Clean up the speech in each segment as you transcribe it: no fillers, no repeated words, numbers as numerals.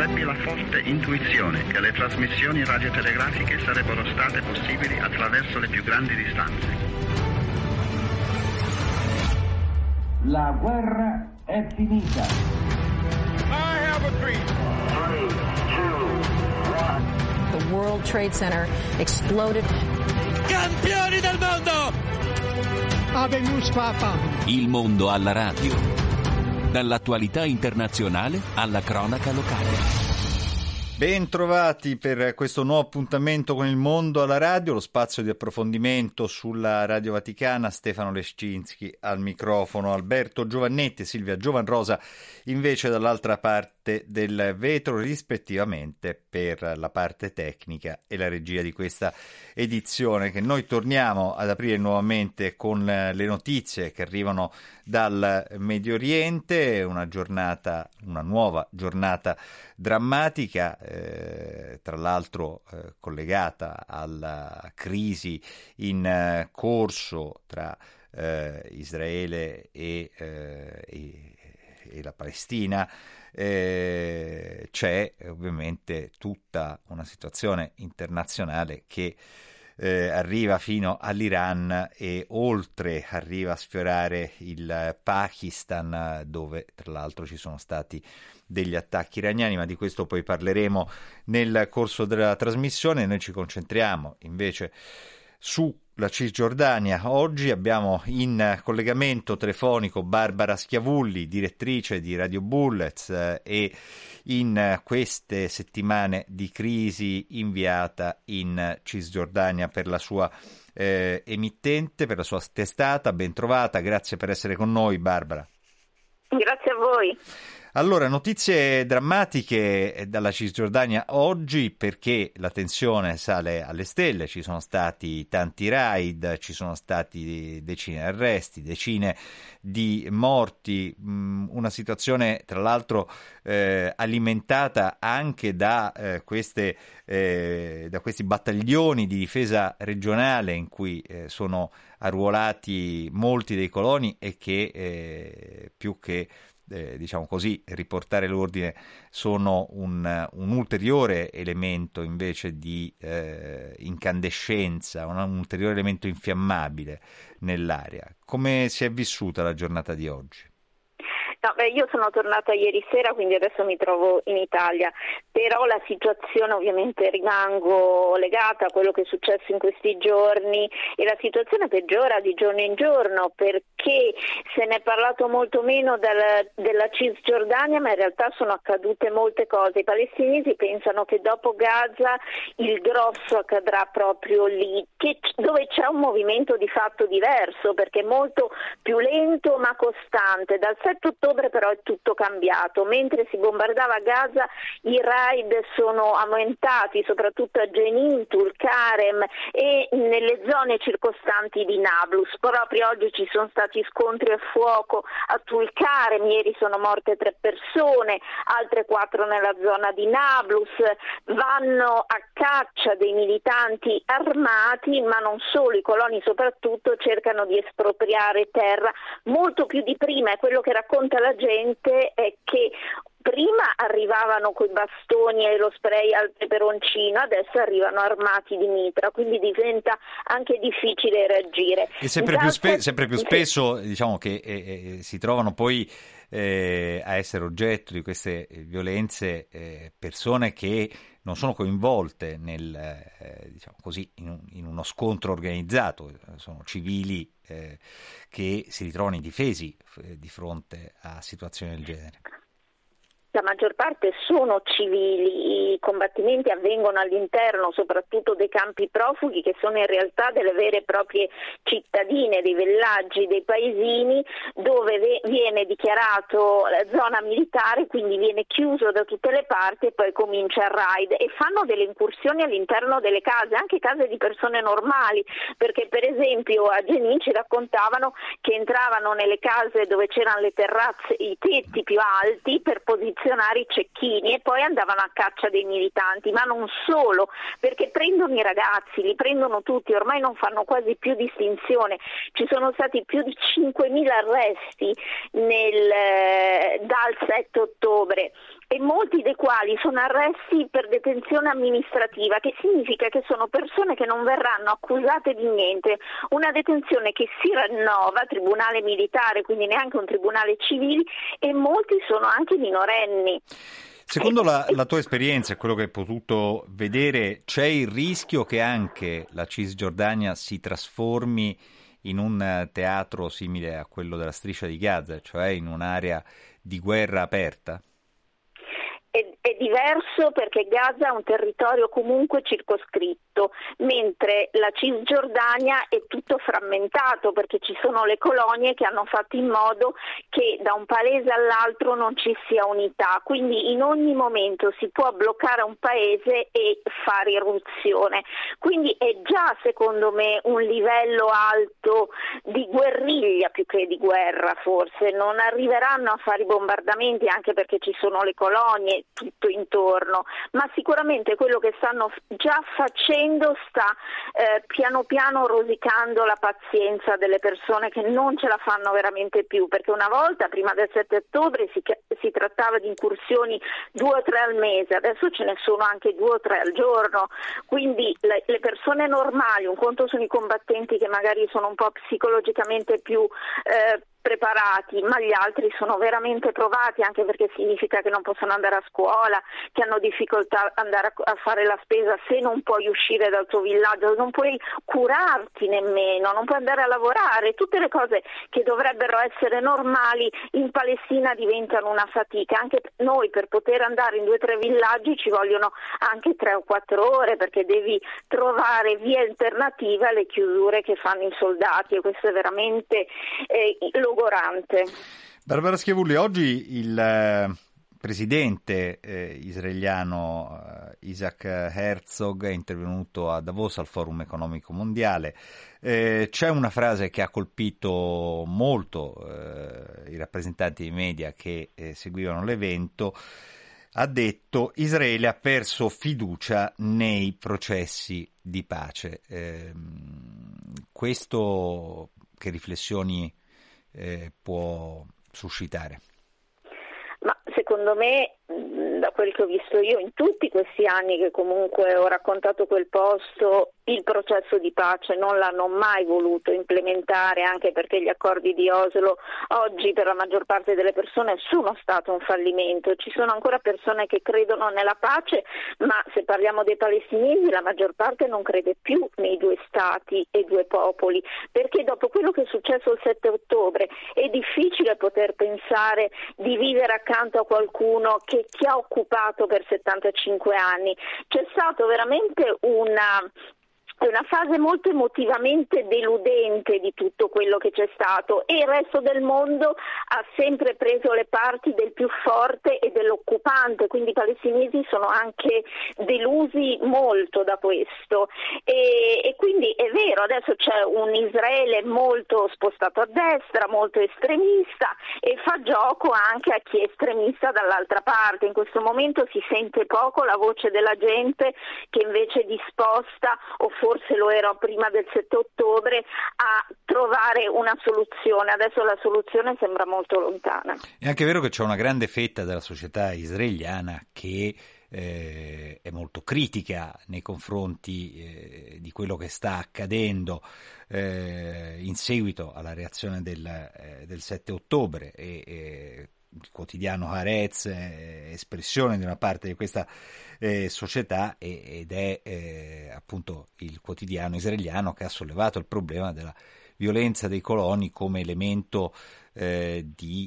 Ebbi la forte intuizione che le trasmissioni radiotelegrafiche sarebbero state possibili attraverso le più grandi distanze. La guerra è finita. I have a dream. 3, 2, 1. The World Trade Center exploded. Campioni del mondo! Habemus Papa. Il mondo alla radio. Dall'attualità internazionale alla cronaca locale. Ben trovati per questo nuovo appuntamento con il mondo alla radio, lo spazio di approfondimento sulla Radio Vaticana. Stefano Lescinski al microfono, Alberto Giovannetti e Silvia Giovanrosa invece dall'altra parte del vetro, rispettivamente per la parte tecnica e la regia di questa edizione, che noi torniamo ad aprire nuovamente con le notizie che arrivano dal Medio Oriente. Una nuova giornata drammatica, tra l'altro collegata alla crisi in corso tra Israele e la Palestina. C'è ovviamente tutta una situazione internazionale che arriva fino all'Iran e oltre arriva a sfiorare il Pakistan, dove tra l'altro ci sono stati degli attacchi iraniani, ma di questo poi parleremo nel corso della trasmissione. Noi ci concentriamo invece sulla Cisgiordania. Oggi abbiamo in collegamento telefonico Barbara Schiavulli, direttrice di Radio Bullets e in queste settimane di crisi inviata in Cisgiordania per la sua emittente, per la sua testata. Ben trovata, grazie per essere con noi, Barbara. Grazie a voi. Allora, notizie drammatiche dalla Cisgiordania oggi, perché la tensione sale alle stelle, ci sono stati tanti raid, ci sono stati decine di arresti, decine di morti, una situazione tra l'altro alimentata anche da questi battaglioni di difesa regionale in cui sono arruolati molti dei coloni e che più che diciamo così, riportare l'ordine sono un ulteriore elemento invece di incandescenza, un ulteriore elemento infiammabile nell'area. Come si è vissuta la giornata di oggi? No, io sono tornata ieri sera, quindi adesso mi trovo in Italia, però la situazione, ovviamente rimango legata a quello che è successo in questi giorni e la situazione peggiora di giorno in giorno, perché se ne è parlato molto meno della Cisgiordania, ma in realtà sono accadute molte cose. I palestinesi pensano che dopo Gaza il grosso accadrà proprio lì, dove c'è un movimento di fatto diverso, perché è molto più lento ma costante. Dal 7 ottobre però è tutto cambiato. Mentre si bombardava Gaza, i raid sono aumentati soprattutto a Jenin, Tulkarem e nelle zone circostanti di Nablus. Proprio oggi ci sono stati scontri a fuoco a Tulkarem, ieri sono morte 3 persone, altre 4 nella zona di Nablus. Vanno a caccia dei militanti armati, ma non solo, i coloni soprattutto cercano di espropriare terra molto più di prima, e quello che racconta la gente è che prima arrivavano coi bastoni e lo spray al peperoncino, adesso arrivano armati di mitra, quindi diventa anche difficile reagire. E sempre più spesso diciamo che si trovano poi a essere oggetto di queste violenze persone che non sono coinvolte diciamo così, in uno scontro organizzato, sono civili che si ritrovano indifesi di fronte a situazioni del genere. La maggior parte sono civili, i combattimenti avvengono all'interno soprattutto dei campi profughi, che sono in realtà delle vere e proprie cittadine, dei villaggi, dei paesini, dove viene dichiarato la zona militare, quindi viene chiuso da tutte le parti e poi comincia il raid, e fanno delle incursioni all'interno delle case, anche case di persone normali, perché per esempio a Jenin ci raccontavano che entravano nelle case dove c'erano le terrazze, i tetti più alti per posizionare i cecchini, e poi andavano a caccia dei militanti, ma non solo, perché prendono i ragazzi, li prendono tutti, ormai non fanno quasi più distinzione. Ci sono stati più di 5.000 arresti dal 7 ottobre e molti dei quali sono arresti per detenzione amministrativa, che significa che sono persone che non verranno accusate di niente, una detenzione che si rinnova, tribunale militare, quindi neanche un tribunale civile, e molti sono anche minorenni. Secondo la tua esperienza e quello che hai potuto vedere, c'è il rischio che anche la Cisgiordania si trasformi in un teatro simile a quello della Striscia di Gaza, cioè in un'area di guerra aperta? È diverso perché Gaza è un territorio comunque circoscritto, mentre la Cisgiordania è tutto frammentato perché ci sono le colonie che hanno fatto in modo che da un paese all'altro non ci sia unità, quindi in ogni momento si può bloccare un paese e fare irruzione, quindi è già secondo me un livello alto di guerriglia più che di guerra, forse non arriveranno a fare i bombardamenti anche perché ci sono le colonie, tutto intorno, ma sicuramente quello che stanno già facendo sta piano piano rosicando la pazienza delle persone che non ce la fanno veramente più, perché una volta prima del 7 ottobre si trattava di incursioni 2 o 3 al mese, adesso ce ne sono anche 2 o 3 al giorno, quindi le persone normali, un conto sono i combattenti che magari sono un po' psicologicamente più preparati, ma gli altri sono veramente provati, anche perché significa che non possono andare a scuola, che hanno difficoltà ad andare a fare la spesa se non puoi uscire dal tuo villaggio, non puoi curarti nemmeno, non puoi andare a lavorare, tutte le cose che dovrebbero essere normali in Palestina diventano una fatica. Anche noi per poter andare in 2 o 3 villaggi ci vogliono anche 3 o 4 ore perché devi trovare vie alternative alle chiusure che fanno i soldati, e questo è veramente logorante. Barbara Schiavulli, oggi il presidente israeliano Isaac Herzog è intervenuto a Davos al Forum Economico Mondiale. C'è una frase che ha colpito molto i rappresentanti dei media che seguivano l'evento. Ha detto: Israele ha perso fiducia nei processi di pace. Questo che riflessioni può suscitare? Ma secondo me, da quel che ho visto io in tutti questi anni che comunque ho raccontato quel posto, il processo di pace non l'hanno mai voluto implementare, anche perché gli accordi di Oslo oggi per la maggior parte delle persone sono stato un fallimento. Ci sono ancora persone che credono nella pace, ma se parliamo dei palestinesi la maggior parte non crede più nei 2 stati e 2 popoli, perché dopo quello che è successo il 7 ottobre è difficile poter pensare di vivere accanto a qualcuno che ti ha occupato per 75 anni. C'è stato veramente una fase molto emotivamente deludente di tutto quello che c'è stato, e il resto del mondo ha sempre preso le parti del più forte e dell'occupante, quindi i palestinesi sono anche delusi molto da questo e quindi è vero, adesso c'è un Israele molto spostato a destra, molto estremista, e fa gioco anche a chi è estremista dall'altra parte. In questo momento si sente poco la voce della gente che invece è disposta, o forse lo era prima del 7 ottobre, a trovare una soluzione. Adesso la soluzione sembra molto lontana. È anche vero che c'è una grande fetta della società israeliana che è molto critica nei confronti di quello che sta accadendo in seguito alla reazione del 7 ottobre e il quotidiano Haaretz è espressione di una parte di questa società ed è appunto il quotidiano israeliano che ha sollevato il problema della violenza dei coloni come elemento di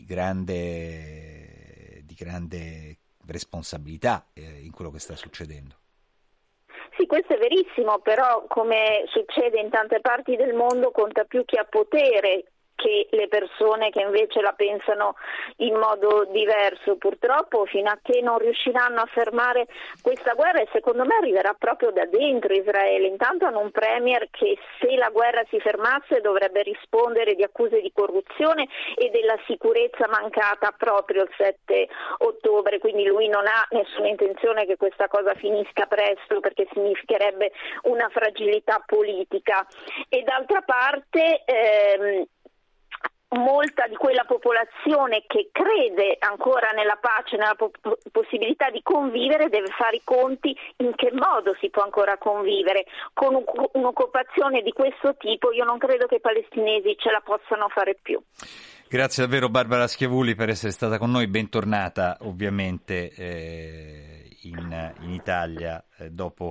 grande responsabilità in quello che sta succedendo. Sì, questo è verissimo, però come succede in tante parti del mondo conta più chi ha potere che le persone che invece la pensano in modo diverso. Purtroppo fino a che non riusciranno a fermare questa guerra, e secondo me arriverà proprio da dentro Israele. Intanto hanno un premier che, se la guerra si fermasse, dovrebbe rispondere di accuse di corruzione e della sicurezza mancata proprio il 7 ottobre, quindi lui non ha nessuna intenzione che questa cosa finisca presto, perché significherebbe una fragilità politica. E d'altra parte molta di quella popolazione che crede ancora nella pace, nella possibilità di convivere, deve fare i conti in che modo si può ancora convivere. Con un'occupazione di questo tipo io non credo che i palestinesi ce la possano fare più. Grazie davvero Barbara Schiavulli per essere stata con noi, bentornata ovviamente in Italia dopo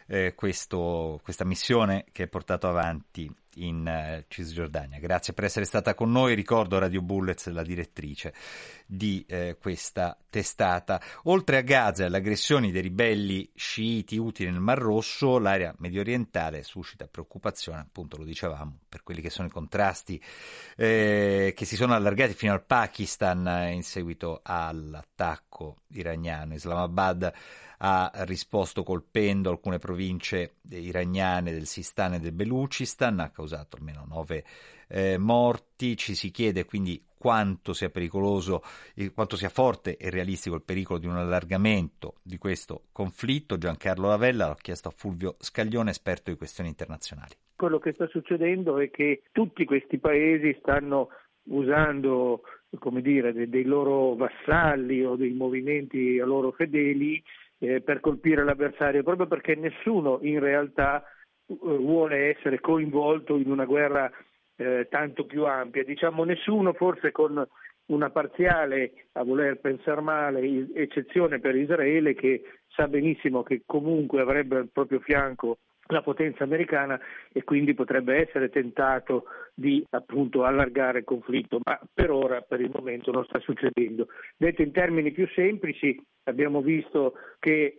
questa missione che è portato avanti in Cisgiordania. Grazie per essere stata con noi. Ricordo Radio Bullets, la direttrice di questa testata. Oltre a Gaza e alle aggressioni dei ribelli sciiti Houthi nel Mar Rosso, l'area mediorientale suscita preoccupazione, appunto lo dicevamo, per quelli che sono i contrasti che si sono allargati fino al Pakistan in seguito all'attacco iraniano. Islamabad ha risposto colpendo alcune province iraniane del Sistan e del Belucistan, ha causato almeno 9 morti. Ci si chiede quindi quanto sia pericoloso, quanto sia forte e realistico il pericolo di un allargamento di questo conflitto. Giancarlo Lavella l'ho chiesto a Fulvio Scaglione, esperto di questioni internazionali. Quello che sta succedendo è che tutti questi paesi stanno usando, come dire, dei loro vassalli o dei movimenti a loro fedeli per colpire l'avversario, proprio perché nessuno in realtà vuole essere coinvolto in una guerra tanto più ampia. Diciamo nessuno, forse con una parziale, a voler pensare male, eccezione per Israele, che sa benissimo che comunque avrebbe al proprio fianco la potenza americana e quindi potrebbe essere tentato di appunto allargare il conflitto, ma per ora, per il momento non sta succedendo. Detto in termini più semplici, abbiamo visto che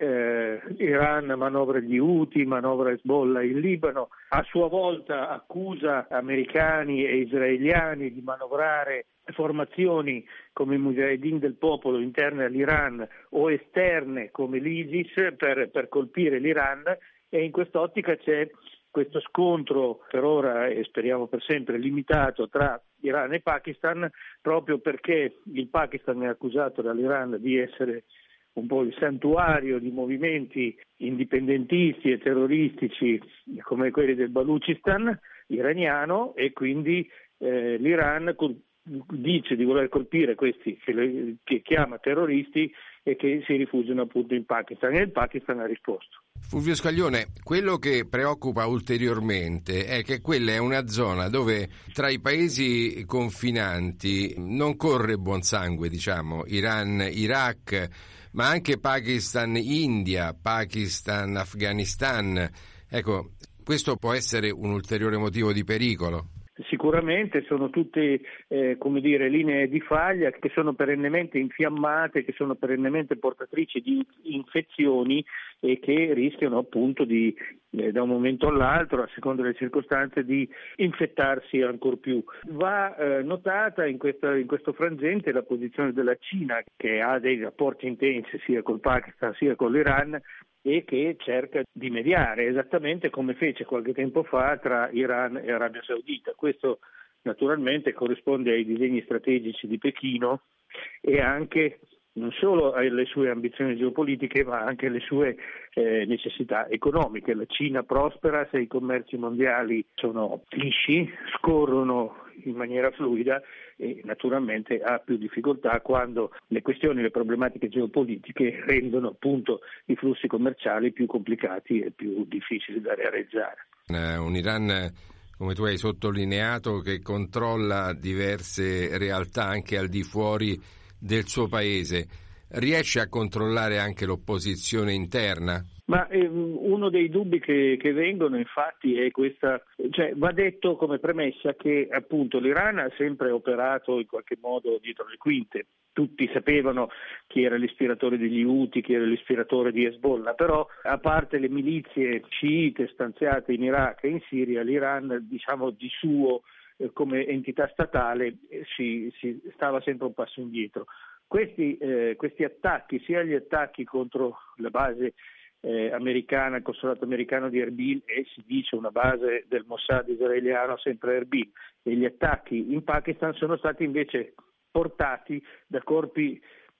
Iran manovra gli Houthi, manovra Hezbollah in Libano, a sua volta accusa americani e israeliani di manovrare formazioni come i Mujahideen del popolo interne all'Iran o esterne come l'ISIS per colpire l'Iran. E in quest'ottica c'è questo scontro per ora e speriamo per sempre limitato tra Iran e Pakistan, proprio perché il Pakistan è accusato dall'Iran di essere un po' il santuario di movimenti indipendentisti e terroristici come quelli del Baluchistan iraniano, e quindi l'Iran dice di voler colpire questi che chiama terroristi e che si rifugiano appunto in Pakistan, e il Pakistan ha risposto. Fulvio Scaglione, quello che preoccupa ulteriormente è che quella è una zona dove tra i paesi confinanti non corre buon sangue, diciamo, Iran, Iraq, ma anche Pakistan, India, Pakistan, Afghanistan. Ecco, questo può essere un ulteriore motivo di pericolo. Sicuramente sono tutte linee di faglia che sono perennemente infiammate, che sono perennemente portatrici di infezioni e che rischiano appunto di da un momento all'altro, a seconda delle circostanze, di infettarsi ancor più. Va notata in questo frangente la posizione della Cina, che ha dei rapporti intensi sia col Pakistan sia con l'Iran e che cerca di mediare, esattamente come fece qualche tempo fa tra Iran e Arabia Saudita. Questo naturalmente corrisponde ai disegni strategici di Pechino e anche non solo alle sue ambizioni geopolitiche, ma anche alle sue necessità economiche. La Cina prospera se i commerci mondiali sono lisci, scorrono in maniera fluida, e naturalmente ha più difficoltà quando le questioni, le problematiche geopolitiche rendono appunto i flussi commerciali più complicati e più difficili da realizzare. Un Iran, come tu hai sottolineato, che controlla diverse realtà anche al di fuori del suo paese, riesce a controllare anche l'opposizione interna? Ma uno dei dubbi che vengono infatti è questa, cioè va detto come premessa che appunto l'Iran ha sempre operato in qualche modo dietro le quinte. Tutti sapevano chi era l'ispiratore degli Houthi, chi era l'ispiratore di Hezbollah, però a parte le milizie sciite stanziate in Iraq e in Siria, l'Iran diciamo di suo come entità statale si stava sempre un passo indietro. Questi attacchi, sia gli attacchi contro la base americana, il consolato americano di Erbil, e si dice una base del Mossad israeliano sempre a Erbil, e gli attacchi in Pakistan sono stati invece portati da corpi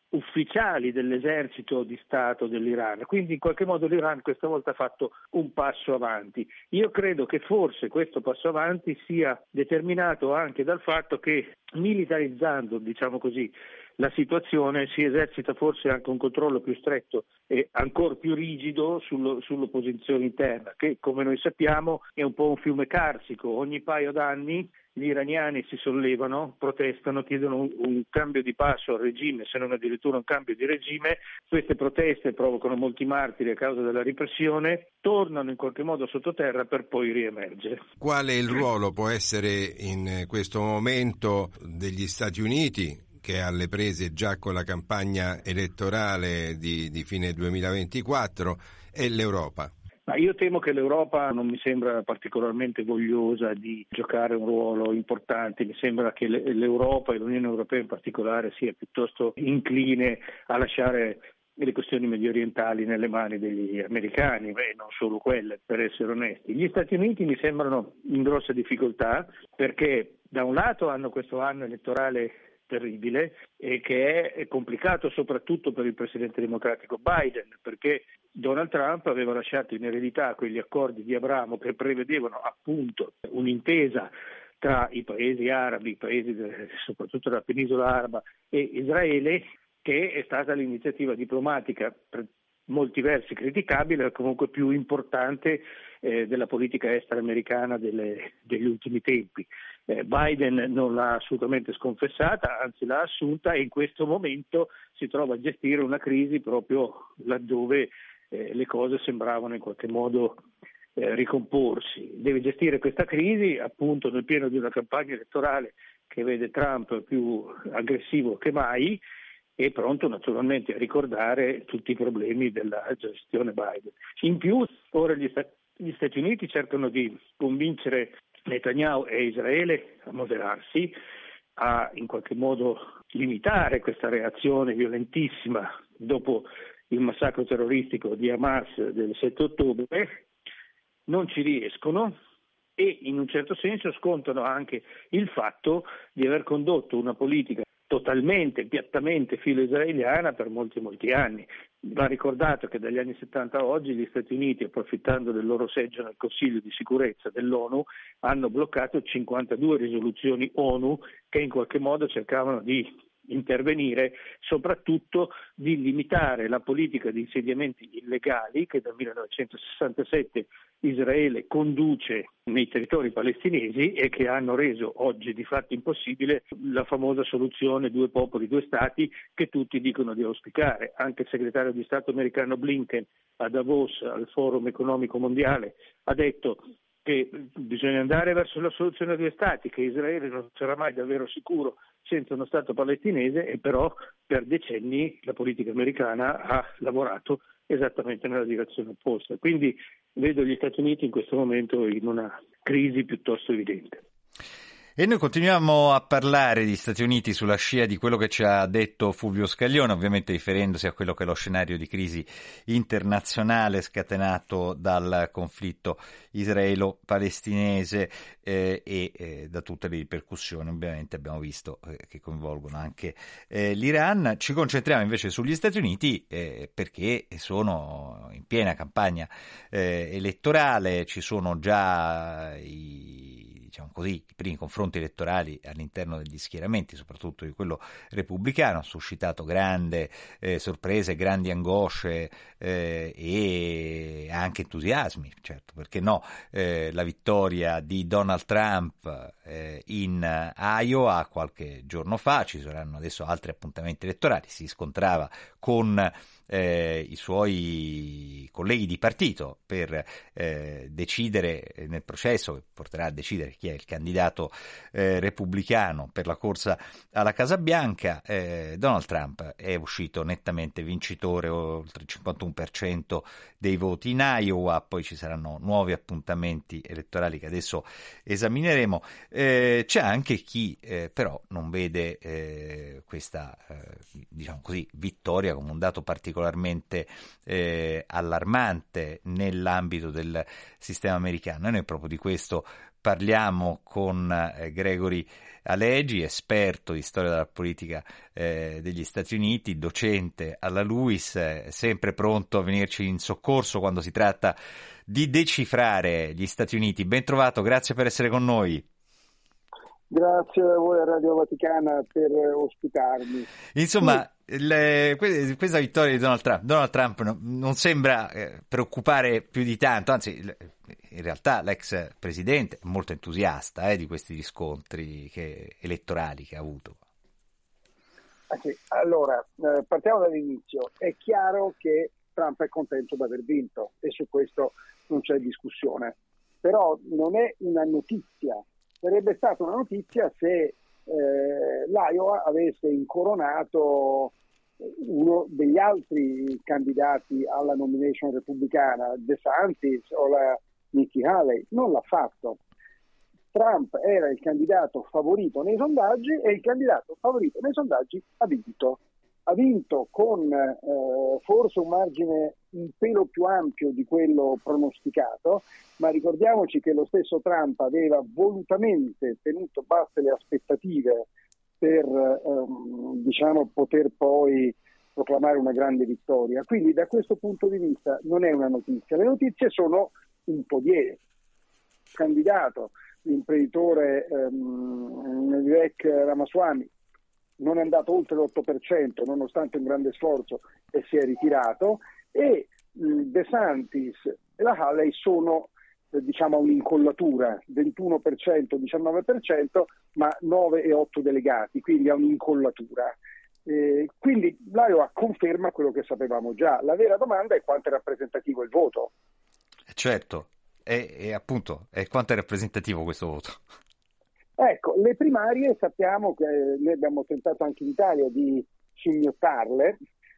ufficiali dell'esercito di Stato dell'Iran. Quindi in qualche modo l'Iran questa volta ha fatto un passo avanti. Io credo che forse questo passo avanti sia determinato anche dal fatto che, militarizzando, diciamo così, la situazione, si esercita forse anche un controllo più stretto e ancora più rigido sull'opposizione interna, che come noi sappiamo è un po' un fiume carsico. Ogni paio d'anni gli iraniani si sollevano, protestano, chiedono un cambio di passo al regime, se non addirittura un cambio di regime. Queste proteste provocano molti martiri a causa della repressione, tornano in qualche modo sottoterra per poi riemergere. Quale il ruolo può essere in questo momento degli Stati Uniti, che è alle prese già con la campagna elettorale di fine 2024, e l'Europa? Ma io temo che l'Europa non mi sembra particolarmente vogliosa di giocare un ruolo importante. Mi sembra che l'Europa e l'Unione Europea in particolare sia piuttosto incline a lasciare le questioni mediorientali nelle mani degli americani, non solo quelle, per essere onesti. Gli Stati Uniti mi sembrano in grossa difficoltà perché da un lato hanno questo anno elettorale terribile e che è complicato soprattutto per il presidente democratico Biden, perché Donald Trump aveva lasciato in eredità quegli accordi di Abramo che prevedevano appunto un'intesa tra i paesi arabi, soprattutto della penisola araba, e Israele, che è stata l'iniziativa diplomatica per molti versi criticabile, ma comunque più importante della politica estera americana degli ultimi tempi. Biden non l'ha assolutamente sconfessata, anzi l'ha assunta, e in questo momento si trova a gestire una crisi proprio laddove le cose sembravano in qualche modo ricomporsi. Deve gestire questa crisi appunto nel pieno di una campagna elettorale che vede Trump più aggressivo che mai e pronto naturalmente a ricordare tutti i problemi della gestione Biden. In più, ora gli Stati Uniti cercano di convincere Netanyahu e Israele a moderarsi, a in qualche modo limitare questa reazione violentissima dopo il massacro terroristico di Hamas del 7 ottobre, non ci riescono e in un certo senso scontano anche il fatto di aver condotto una politica totalmente, piattamente filo-israeliana per molti anni. Va ricordato che dagli anni 70 a oggi gli Stati Uniti, approfittando del loro seggio nel Consiglio di sicurezza dell'ONU, hanno bloccato 52 risoluzioni ONU che in qualche modo cercavano di intervenire, soprattutto di limitare la politica di insediamenti illegali che dal 1967 Israele conduce nei territori palestinesi e che hanno reso oggi di fatto impossibile la famosa soluzione due popoli, due stati che tutti dicono di auspicare. Anche il segretario di Stato americano Blinken a Davos, al Forum economico mondiale, ha detto che bisogna andare verso la soluzione a due stati, che Israele non sarà mai davvero sicuro senza uno Stato palestinese, e però per decenni la politica americana ha lavorato esattamente nella direzione opposta. Quindi vedo gli Stati Uniti in questo momento in una crisi piuttosto evidente. E noi continuiamo a parlare di Stati Uniti sulla scia di quello che ci ha detto Fulvio Scaglione, ovviamente riferendosi a quello che è lo scenario di crisi internazionale scatenato dal conflitto israelo-palestinese e da tutte le ripercussioni, ovviamente abbiamo visto, che coinvolgono anche l'Iran. Ci concentriamo invece sugli Stati Uniti perché sono in piena campagna elettorale, ci sono già i primi confronti elettorali all'interno degli schieramenti, soprattutto di quello repubblicano, ha suscitato grande sorprese, grandi angosce e anche entusiasmi, certo, perché no, la vittoria di Donald Trump in Iowa qualche giorno fa. Ci saranno adesso altri appuntamenti elettorali, si scontrava con i suoi colleghi di partito per decidere nel processo che porterà a decidere chi è il candidato repubblicano per la corsa alla Casa Bianca. Donald Trump è uscito nettamente vincitore, oltre il 51% dei voti in Iowa. Poi ci saranno nuovi appuntamenti elettorali che adesso esamineremo. C'è anche chi però non vede questa vittoria come un dato particolarmente allarmante nell'ambito del sistema americano, e noi proprio di questo parliamo con Gregory Alegi, esperto di storia della politica degli Stati Uniti, docente alla LUISS, sempre pronto a venirci in soccorso quando si tratta di decifrare gli Stati Uniti. Ben trovato, grazie per essere con noi. Grazie a voi a Radio Vaticana per ospitarmi. Insomma, questa vittoria di Donald Trump non sembra preoccupare più di tanto, anzi in realtà l'ex presidente è molto entusiasta di questi riscontri elettorali che ha avuto. Sì. Allora, partiamo dall'inizio. È chiaro che Trump è contento di aver vinto e su questo non c'è discussione, però non è una notizia. Sarebbe stata una notizia se l'Iowa avesse incoronato uno degli altri candidati alla nomination repubblicana, DeSantis o la Nikki Haley. Non l'ha fatto. Trump era il candidato favorito nei sondaggi e il candidato favorito nei sondaggi ha vinto. Ha vinto con forse un margine un pelo più ampio di quello pronosticato, ma ricordiamoci che lo stesso Trump aveva volutamente tenuto basse le aspettative per poter poi proclamare una grande vittoria. Quindi da questo punto di vista non è una notizia. Le notizie sono un po' dietro. Il candidato, l'imprenditore Vivek Ramaswamy, non è andato oltre l'8% nonostante un grande sforzo e si è ritirato, e DeSantis e la Haley sono un'incollatura, 21%, 19%, ma 9 e 8 delegati, quindi è un'incollatura. Quindi l'Iowa conferma quello che sapevamo già. La vera domanda è quanto è rappresentativo il voto. Certo, e appunto è quanto è rappresentativo questo voto. Ecco, le primarie sappiamo che noi abbiamo tentato anche in Italia di scimmiottarle,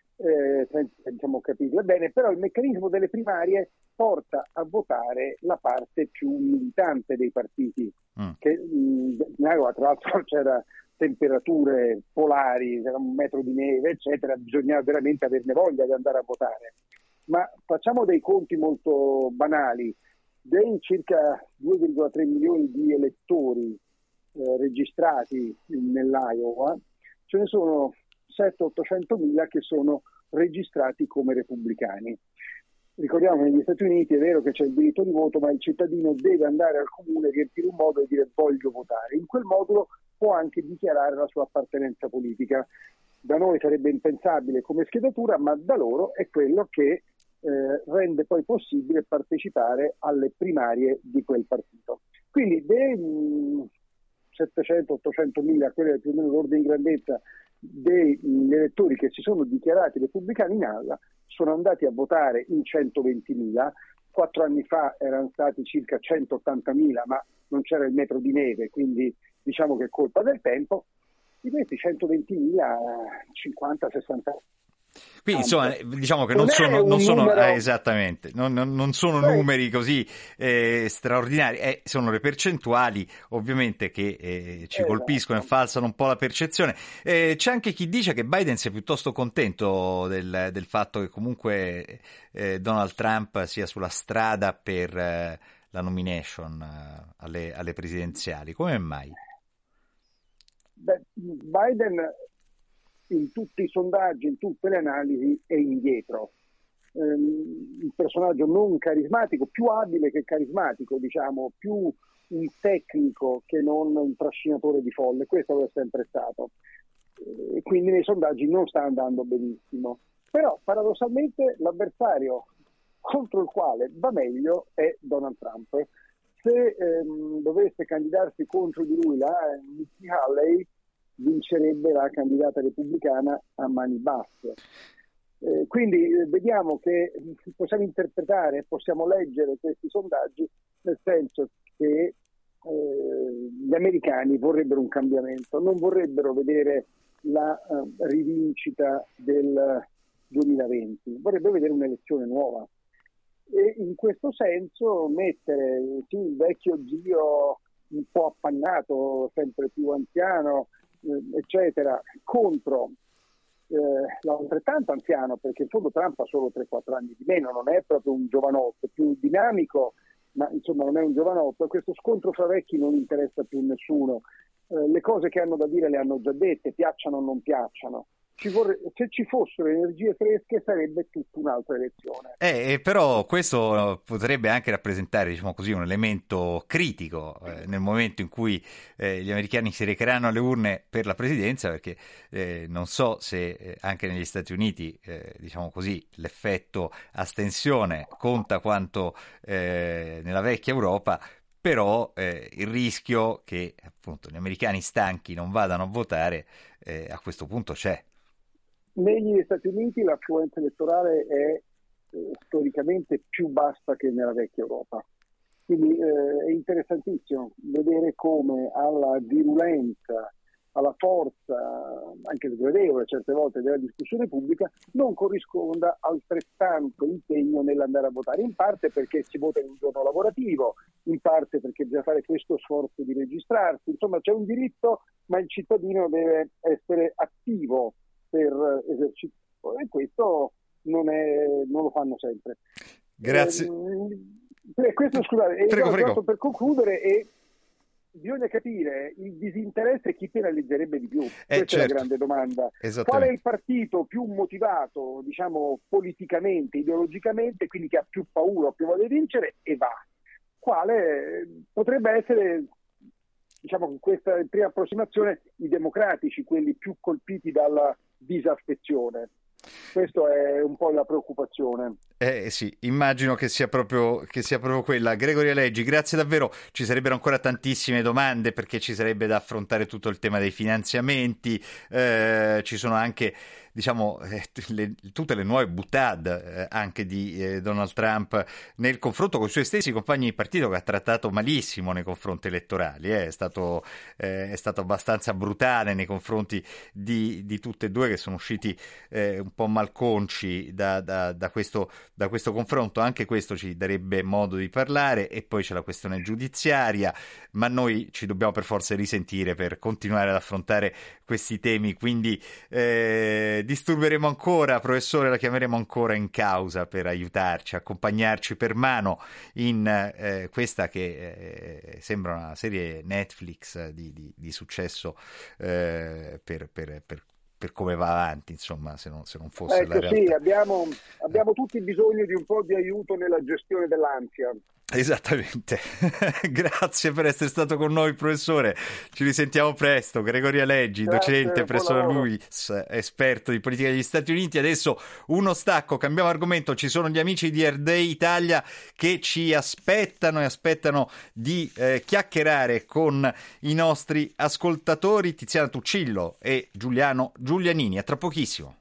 senza capirle bene, però il meccanismo delle primarie porta a votare la parte più militante dei partiti, che in Iowa tra l'altro c'era temperature polari, c'era un metro di neve, eccetera, bisognava veramente averne voglia di andare a votare. Ma facciamo dei conti molto banali. Dei circa 2,3 milioni di elettori registrati nell'Iowa, ce ne sono 700-800 mila che sono registrati come repubblicani. Ricordiamo che negli Stati Uniti è vero che c'è il diritto di voto, ma il cittadino deve andare al comune, riempire un modulo e dire voglio votare. In quel modulo può anche dichiarare la sua appartenenza politica. Da noi sarebbe impensabile come schedatura, ma da loro è quello che rende poi possibile partecipare alle primarie di quel partito. Quindi dei 700-800 mila, quello è più o meno l'ordine di grandezza degli elettori che si sono dichiarati repubblicani in Iowa, sono andati a votare in 120 mila. 4 anni fa erano stati circa 180 mila, ma non c'era il metro di neve, quindi diciamo che è colpa del tempo. Di questi 120 mila, 50-60. Quindi insomma diciamo che non sono esattamente, non sono numeri così straordinari, sono le percentuali ovviamente che ci colpiscono e falsano un po' la percezione. C'è anche chi dice che Biden sia piuttosto contento del fatto che comunque Donald Trump sia sulla strada per la nomination alle presidenziali. Come mai? Biden in tutti i sondaggi, in tutte le analisi è indietro. Un personaggio non carismatico, più abile che carismatico, diciamo, più un tecnico che non un trascinatore di folle, questo lo è sempre stato. Quindi nei sondaggi non sta andando benissimo. Però paradossalmente l'avversario contro il quale va meglio è Donald Trump. Se dovesse candidarsi contro di lui la Nikki Haley, vincerebbe la candidata repubblicana a mani basse. Quindi vediamo che possiamo interpretare, possiamo leggere questi sondaggi nel senso che gli americani vorrebbero un cambiamento, non vorrebbero vedere la rivincita del 2020, vorrebbero vedere un'elezione nuova. E in questo senso mettere il vecchio zio un po' appannato, sempre più anziano, eccetera, contro l'altrettanto anziano, perché in fondo Trump ha solo 3-4 anni di meno, non è proprio un giovanotto, più dinamico ma insomma non è un giovanotto, questo scontro fra vecchi non interessa più nessuno. Le cose che hanno da dire le hanno già dette, piacciono o non piacciono. Se ci fossero energie fresche sarebbe tutta un'altra elezione. Però questo potrebbe anche rappresentare, diciamo così, un elemento critico nel momento in cui gli americani si recheranno alle urne per la presidenza, perché non so se anche negli Stati Uniti, diciamo così, l'effetto astensione conta quanto nella vecchia Europa. Però il rischio che appunto gli americani stanchi non vadano a votare a questo punto c'è. Negli Stati Uniti l'affluenza elettorale è storicamente più bassa che nella vecchia Europa, quindi è interessantissimo vedere come alla virulenza, alla forza, anche sgradevole certe volte, della discussione pubblica non corrisponda altrettanto impegno nell'andare a votare, in parte perché si vota in un giorno lavorativo, in parte perché bisogna fare questo sforzo di registrarsi, insomma c'è un diritto, ma il cittadino deve essere attivo per esercitarlo, e questo non lo fanno sempre. Grazie. Questo, scusate, prego. Per concludere, bisogna capire il disinteresse, chi penalizzerebbe di più. Questa è la grande domanda. Qual è il partito più motivato, diciamo, politicamente, ideologicamente, quindi che ha più paura, più voglia di vincere, e va. Quale potrebbe essere, diciamo, con questa prima approssimazione, i democratici, quelli più colpiti dalla disaffezione. Questa è un po' la preoccupazione. Sì, immagino che sia proprio quella. Gregory Aleggi, grazie davvero. Ci sarebbero ancora tantissime domande, perché ci sarebbe da affrontare tutto il tema dei finanziamenti, ci sono anche, diciamo, tutte le nuove boutade anche di Donald Trump nel confronto con i suoi stessi compagni di partito, che ha trattato malissimo nei confronti elettorali, è stato abbastanza brutale nei confronti di tutte e due, che sono usciti un po' malconci da questo confronto. Anche questo ci darebbe modo di parlare, e poi c'è la questione giudiziaria, ma noi ci dobbiamo per forza risentire per continuare ad affrontare questi temi, quindi disturberemo ancora, professore, la chiameremo ancora in causa per aiutarci, accompagnarci per mano in questa che sembra una serie Netflix di successo per come va avanti, insomma, se non fosse la realtà. Sì, abbiamo tutti bisogno di un po' di aiuto nella gestione dell'ansia. Esattamente. Grazie per essere stato con noi, professore. Ci risentiamo presto. Gregory Aleggi, docente presso la LUISS, esperto di politica degli Stati Uniti. Adesso uno stacco, cambiamo argomento. Ci sono gli amici di Air Day Italia che ci aspettano di chiacchierare con i nostri ascoltatori, Tiziana Tuccillo e Giuliano Giulianini. A tra pochissimo.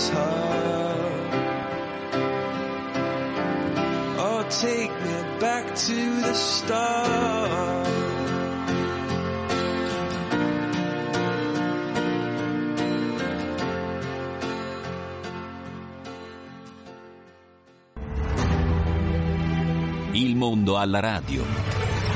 Take me back to the stars. Il mondo alla radio.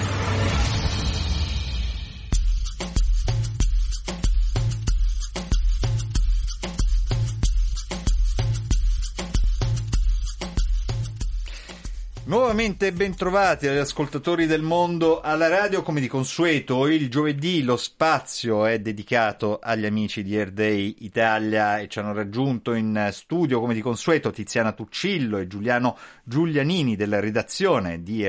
Nuovamente bentrovati agli ascoltatori del mondo alla radio. Come di consueto il giovedì lo spazio è dedicato agli amici di Air Day Italia e ci hanno raggiunto in studio come di consueto Tiziana Tuccillo e Giuliano Giulianini della redazione di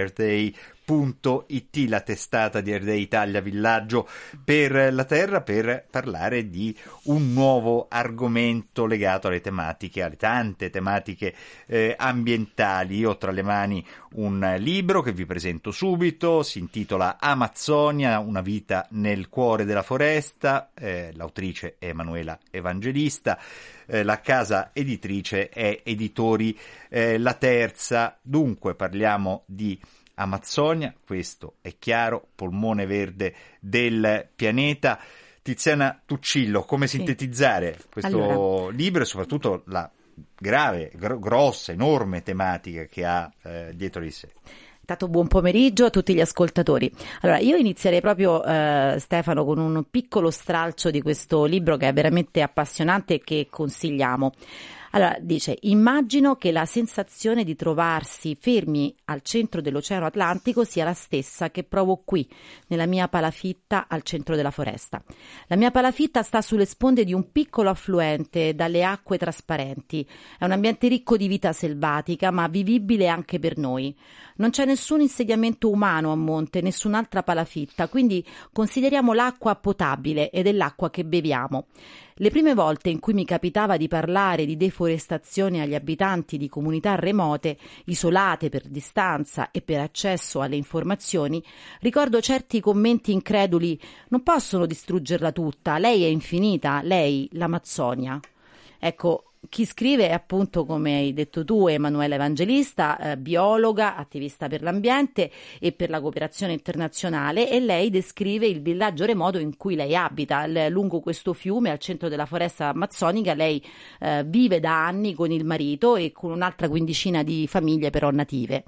airday.it, la testata di Air Day Italia Villaggio per la Terra, per parlare di un nuovo argomento legato alle tematiche, alle tante tematiche ambientali. Io ho tra le mani un libro che vi presento subito, si intitola Amazzonia, una vita nel cuore della foresta, l'autrice è Emanuela Evangelista, la casa editrice è Editori La Terza. Dunque parliamo di Amazzonia, questo è chiaro, polmone verde del pianeta. Tiziana Tuccillo, come sintetizzare questo libro e soprattutto la grave, grossa, enorme tematica che ha dietro di sé? Intanto buon pomeriggio a tutti gli ascoltatori. Allora, io inizierei proprio, Stefano, con un piccolo stralcio di questo libro che è veramente appassionante e che consigliamo. Allora, dice: immagino che la sensazione di trovarsi fermi al centro dell'Oceano Atlantico sia la stessa che provo qui, nella mia palafitta al centro della foresta. La mia palafitta sta sulle sponde di un piccolo affluente dalle acque trasparenti. È un ambiente ricco di vita selvatica, ma vivibile anche per noi. Non c'è nessun insediamento umano a monte, nessun'altra palafitta, quindi consideriamo l'acqua potabile ed è l'acqua che beviamo. Le prime volte in cui mi capitava di parlare di deforestazione agli abitanti di comunità remote, isolate per distanza e per accesso alle informazioni, ricordo certi commenti increduli: non possono distruggerla tutta, lei è infinita, lei, l'Amazzonia. Ecco, chi scrive è appunto, come hai detto tu, Emanuela Evangelista, biologa, attivista per l'ambiente e per la cooperazione internazionale, e lei descrive il villaggio remoto in cui lei abita, lungo questo fiume al centro della foresta amazzonica. Lei vive da anni con il marito e con un'altra quindicina di famiglie però native.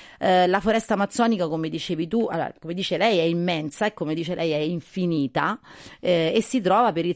La foresta amazzonica, come dicevi tu, allora, come dice lei, è immensa e come dice lei è infinita, e si trova per il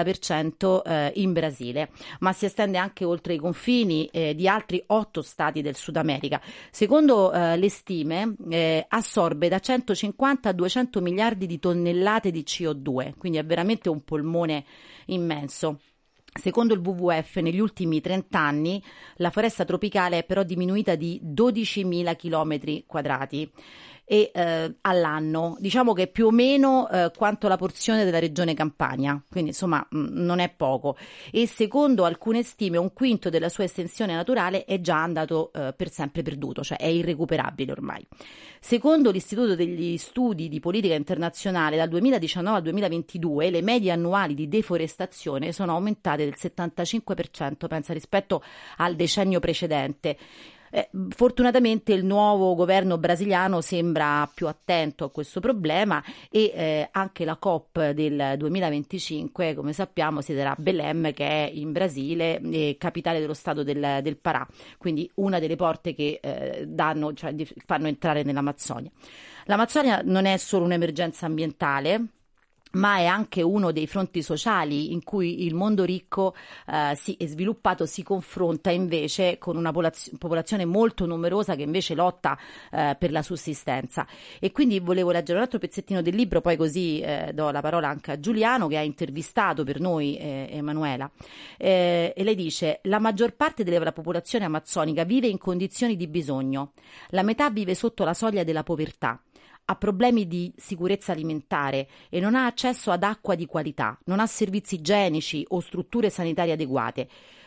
60% in Brasile, ma si estende anche oltre i confini di altri 8 stati del Sud America. Secondo le stime assorbe da 150 a 200 miliardi di tonnellate di CO2, quindi è veramente un polmone immenso. Secondo il WWF, negli ultimi 30 anni la foresta tropicale è però diminuita di 12.000 chilometri quadrati e all'anno, diciamo che più o meno quanto la porzione della regione Campania, quindi insomma non è poco, e secondo alcune stime un quinto della sua estensione naturale è già andato per sempre perduto, cioè è irrecuperabile ormai. Secondo l'Istituto degli Studi di Politica Internazionale, dal 2019 al 2022 le medie annuali di deforestazione sono aumentate del 75%, pensa, rispetto al decennio precedente. Fortunatamente il nuovo governo brasiliano sembra più attento a questo problema e anche la COP del 2025, come sappiamo, si terrà a Belém, che è in Brasile, capitale dello stato del Pará, quindi una delle porte che fanno entrare nell'Amazzonia. L'Amazzonia non è solo un'emergenza ambientale, ma è anche uno dei fronti sociali in cui il mondo ricco e sviluppato si confronta invece con una popolazione molto numerosa che invece lotta per la sussistenza. E quindi volevo leggere un altro pezzettino del libro, poi così do la parola anche a Giuliano, che ha intervistato per noi Emanuela, e lei dice: la maggior parte della popolazione amazzonica vive in condizioni di bisogno, la metà vive sotto la soglia della povertà, ha problemi di sicurezza alimentare e non ha accesso ad acqua di qualità, non ha servizi igienici o strutture sanitarie adeguate.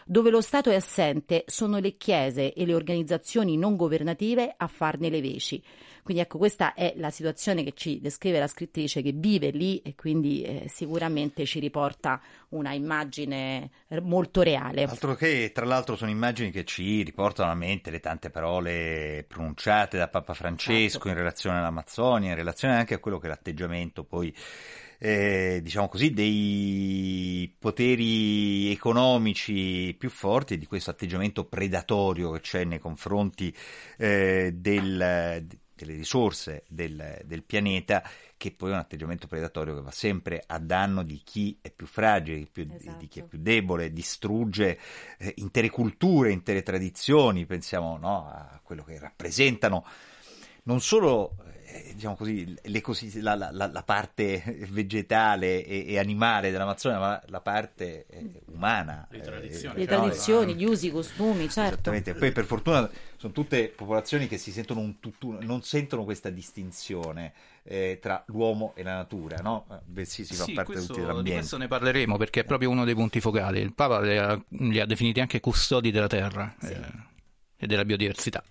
Dove lo Stato è assente sono le chiese e le organizzazioni non governative a farne le veci. Quindi ecco, questa è la situazione che ci descrive la scrittrice che vive lì e quindi sicuramente ci riporta una immagine molto reale. Altro che, tra l'altro, sono immagini che ci riportano a mente le tante parole pronunciate da Papa Francesco in relazione all'Amazzonia, in relazione anche a quello che è l'atteggiamento poi diciamo così, dei poteri economici più forti, di questo atteggiamento predatorio che c'è nei confronti delle risorse del pianeta, che poi è un atteggiamento predatorio che va sempre a danno di chi è più fragile, di chi è più debole, distrugge intere culture, intere tradizioni. Pensiamo, no, a quello che rappresentano non solo diciamo così, la parte vegetale e animale dell'Amazzonia, ma la parte umana, le tradizioni, gli usi, i costumi, certo. Esattamente. Poi per fortuna sono tutte popolazioni che si sentono un tutt'uno, non sentono questa distinzione tra l'uomo e la natura, no? Si fa parte tutti dell'ambiente. Di questo ne parleremo, perché è proprio uno dei punti focali. Il Papa li ha definiti anche custodi della terra e della biodiversità.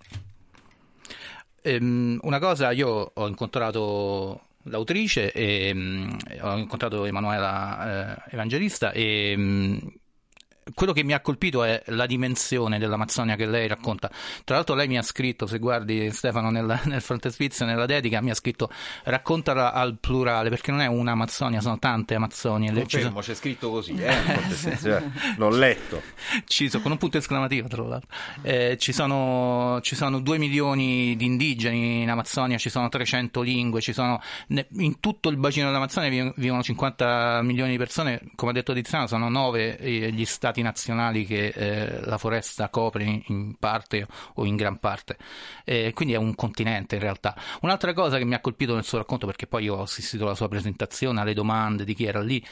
Una cosa, io ho incontrato l'autrice e ho incontrato Emanuela Evangelista e quello che mi ha colpito è la dimensione dell'Amazzonia che lei racconta. Tra l'altro lei mi ha scritto, se guardi Stefano nel frontespizio, nella dedica, mi ha scritto raccontala al plurale, perché non è una Amazzonia, sono tante Amazzonie. Confermo, c'è scritto così, l'ho letto. Con un punto esclamativo, tra l'altro. Ci sono 2 milioni di indigeni in Amazzonia, ci sono 300 lingue, in tutto il bacino dell'Amazzonia vivono 50 milioni di persone, come ha detto Tiziano, sono 9 gli stati nazionali che la foresta copre in parte o in gran parte, quindi è un continente in realtà. Un'altra cosa che mi ha colpito nel suo racconto, perché poi io ho assistito alla sua presentazione, alle domande di chi era lì,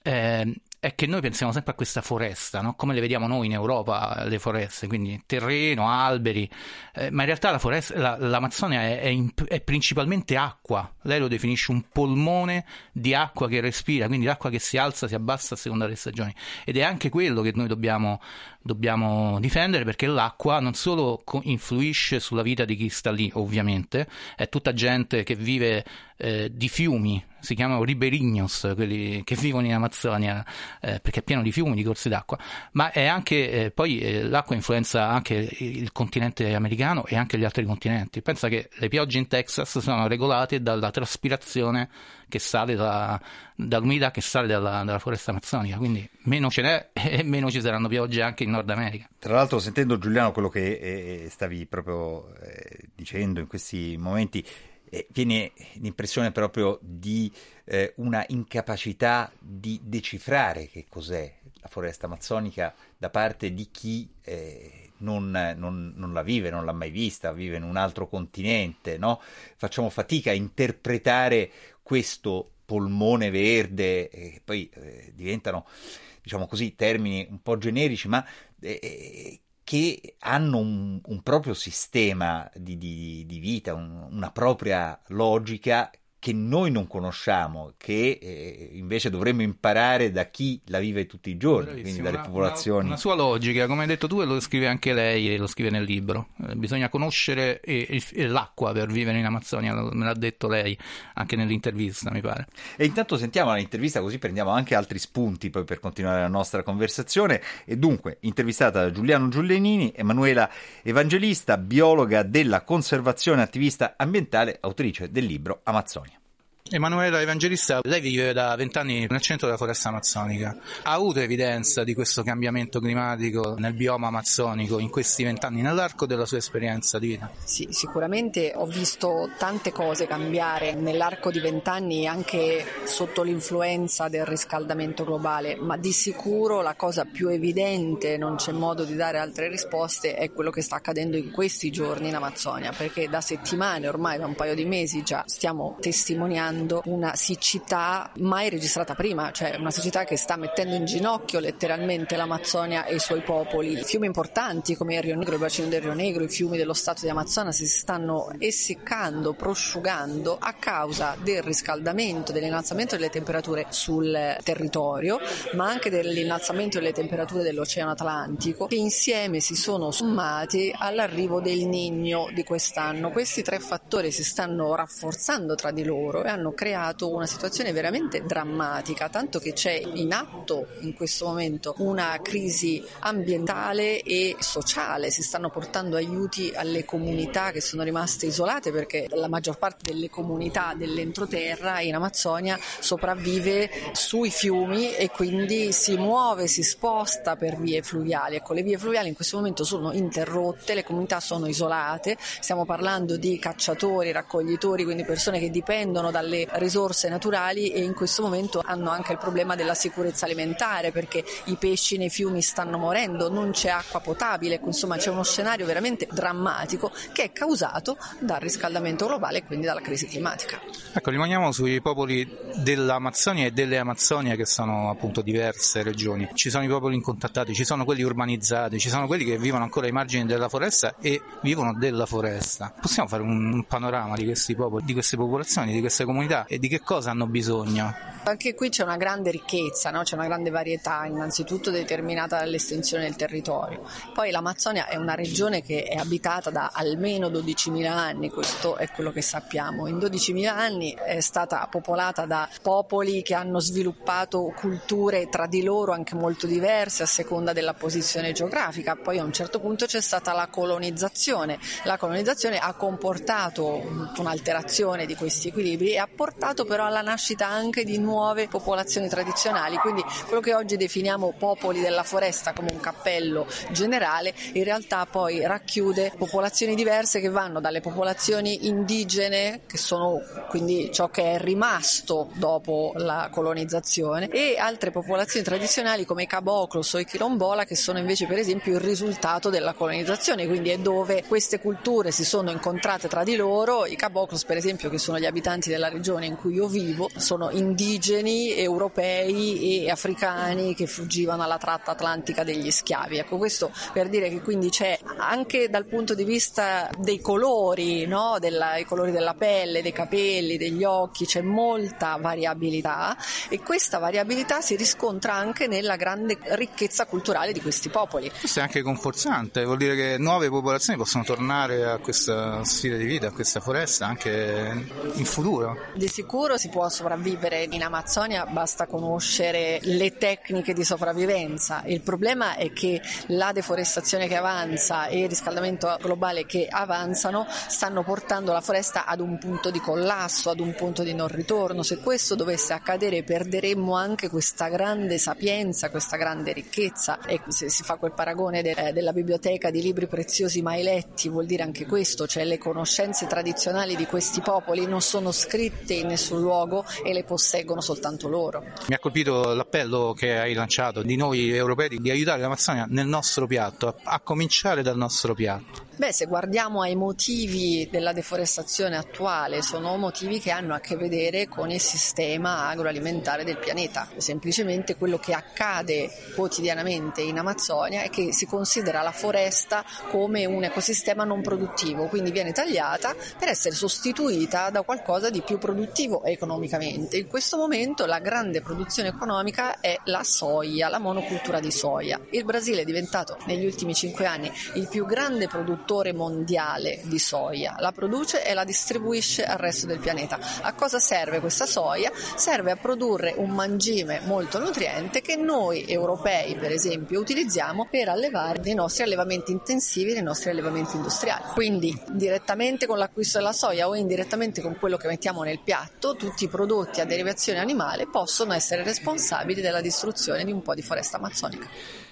è che noi pensiamo sempre a questa foresta, no? Come le vediamo noi in Europa, le foreste, quindi terreno, alberi, ma in realtà la foresta, l'Amazzonia è principalmente acqua. Lei lo definisce un polmone di acqua che respira, quindi l'acqua che si alza, si abbassa a seconda delle stagioni, ed è anche quello che noi dobbiamo difendere, perché l'acqua non solo influisce sulla vita di chi sta lì, ovviamente, è tutta gente che vive di fiumi, si chiamano ribeirinhos, quelli che vivono in Amazzonia, perché è pieno di fiumi, di corsi d'acqua, ma è anche poi l'acqua influenza anche il continente americano e anche gli altri continenti. Pensa che le piogge in Texas sono regolate dalla traspirazione che sale dall'umidità che sale dalla foresta amazzonica, quindi meno ce n'è e meno ci saranno piogge anche in Nord America. Tra l'altro, sentendo Giuliano quello che stavi proprio dicendo in questi momenti, viene l'impressione proprio di una incapacità di decifrare che cos'è la foresta amazzonica da parte di chi non la vive, non l'ha mai vista, vive in un altro continente, no? Facciamo fatica a interpretare questo polmone verde, che poi diventano, diciamo così, termini un po' generici, ma che hanno un proprio sistema di vita, una propria logica che noi non conosciamo, che invece dovremmo imparare da chi la vive tutti i giorni. Bravissimo, quindi dalle popolazioni. Una sua logica, come hai detto tu, e lo scrive anche lei, e lo scrive nel libro. Bisogna conoscere l'acqua per vivere in Amazzonia, me l'ha detto lei anche nell'intervista, mi pare. E intanto sentiamo l'intervista, così prendiamo anche altri spunti poi per continuare la nostra conversazione. E dunque, intervistata da Giuliano Giulianini, Emanuela Evangelista, biologa della conservazione, attivista ambientale, autrice del libro Amazzonia. Emanuela Evangelista, lei vive da 20 anni nel centro della foresta amazzonica. Ha avuto evidenza di questo cambiamento climatico nel bioma amazzonico in questi 20 anni, nell'arco della sua esperienza di vita? Sì, sicuramente ho visto tante cose cambiare nell'arco di 20 anni, anche sotto l'influenza del riscaldamento globale, ma di sicuro la cosa più evidente, non c'è modo di dare altre risposte, è quello che sta accadendo in questi giorni in Amazzonia, perché da settimane, ormai da un paio di mesi già, stiamo testimoniando vivendo una siccità mai registrata prima, cioè una siccità che sta mettendo in ginocchio letteralmente l'Amazzonia e i suoi popoli. Fiumi importanti come il Rio Negro, il bacino del Rio Negro, i fiumi dello stato di Amazonas si stanno essiccando, prosciugando a causa del riscaldamento, dell'innalzamento delle temperature sul territorio, ma anche dell'innalzamento delle temperature dell'Oceano Atlantico, che insieme si sono sommati all'arrivo del Niño di quest'anno. Questi tre fattori si stanno rafforzando tra di loro e hanno creato una situazione veramente drammatica, tanto che c'è in atto in questo momento una crisi ambientale e sociale. Si stanno portando aiuti alle comunità che sono rimaste isolate, perché la maggior parte delle comunità dell'entroterra in Amazzonia sopravvive sui fiumi e quindi si muove, si sposta per vie fluviali. Ecco, le vie fluviali in questo momento sono interrotte, le comunità sono isolate, stiamo parlando di cacciatori, raccoglitori, quindi persone che dipendono dalle risorse naturali e in questo momento hanno anche il problema della sicurezza alimentare, perché i pesci nei fiumi stanno morendo, non c'è acqua potabile, insomma c'è uno scenario veramente drammatico che è causato dal riscaldamento globale e quindi dalla crisi climatica. Ecco, rimaniamo sui popoli dell'Amazzonia e delle Amazzonie, che sono appunto diverse regioni. Ci sono i popoli incontattati, ci sono quelli urbanizzati, ci sono quelli che vivono ancora ai margini della foresta e vivono della foresta. Possiamo fare un panorama di questi popoli, di queste popolazioni, di queste comunità e di che cosa hanno bisogno? Anche qui c'è una grande ricchezza, no? C'è una grande varietà, innanzitutto determinata dall'estensione del territorio. Poi l'Amazzonia è una regione che è abitata da almeno 12.000 anni, questo è quello che sappiamo. In 12.000 anni è stata popolata da popoli che hanno sviluppato culture tra di loro anche molto diverse a seconda della posizione geografica. Poi a un certo punto c'è stata la colonizzazione. La colonizzazione ha comportato un'alterazione di questi equilibri e ha portato però alla nascita anche di nuove popolazioni tradizionali, quindi quello che oggi definiamo popoli della foresta come un cappello generale in realtà poi racchiude popolazioni diverse che vanno dalle popolazioni indigene, che sono quindi ciò che è rimasto dopo la colonizzazione, e altre popolazioni tradizionali come i Caboclos o i Quilombola, che sono invece per esempio il risultato della colonizzazione, quindi è dove queste culture si sono incontrate tra di loro. I Caboclos per esempio, che sono gli abitanti della regione in cui io vivo, sono indigeni europei e africani che fuggivano alla tratta atlantica degli schiavi. Ecco, questo per dire che quindi c'è anche dal punto di vista dei colori, no? I colori della pelle, dei capelli, degli occhi, c'è molta variabilità e questa variabilità si riscontra anche nella grande ricchezza culturale di questi popoli. Questo è anche confortante, vuol dire che nuove popolazioni possono tornare a questa stile di vita, a questa foresta anche in futuro. Di sicuro si può sopravvivere in Amazzonia, basta conoscere le tecniche di sopravvivenza. Il problema è che la deforestazione che avanza e il riscaldamento globale che avanzano stanno portando la foresta ad un punto di collasso, ad un punto di non ritorno. Se questo dovesse accadere perderemmo anche questa grande sapienza, questa grande ricchezza. E se si fa quel paragone della biblioteca di libri preziosi mai letti, vuol dire anche questo, cioè le conoscenze tradizionali di questi popoli non sono scritte in nessun luogo e le posseggono soltanto loro. Mi ha colpito l'appello che hai lanciato di noi europei di aiutare l'Amazzonia nel nostro piatto, a cominciare dal nostro piatto. Beh, se guardiamo ai motivi della deforestazione attuale, sono motivi che hanno a che vedere con il sistema agroalimentare del pianeta. Semplicemente quello che accade quotidianamente in Amazzonia è che si considera la foresta come un ecosistema non produttivo, quindi viene tagliata per essere sostituita da qualcosa di più produttivo economicamente. In questo momento la grande produzione economica è la soia, la monocultura di soia. Il Brasile è diventato negli ultimi 5 anni il più grande produttore mondiale di soia, la produce e la distribuisce al resto del pianeta. A cosa serve questa soia? Serve a produrre un mangime molto nutriente che noi europei per esempio utilizziamo per allevare nei nostri allevamenti intensivi, nei nostri allevamenti industriali. Quindi direttamente con l'acquisto della soia o indirettamente con quello che mettiamo nel piatto, tutti i prodotti a derivazione animale possono essere responsabili della distruzione di un po' di foresta amazzonica.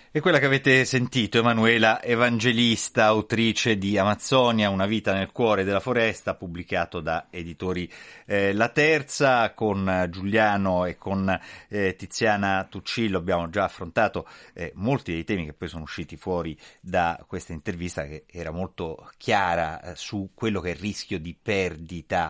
E quella che avete sentito, Emanuela Evangelista, autrice di Amazzonia, una vita nel cuore della foresta, pubblicato da Editori La Terza. Con Giuliano e con Tiziana Tuccillo abbiamo già affrontato molti dei temi che poi sono usciti fuori da questa intervista, che era molto chiara su quello che è il rischio di perdita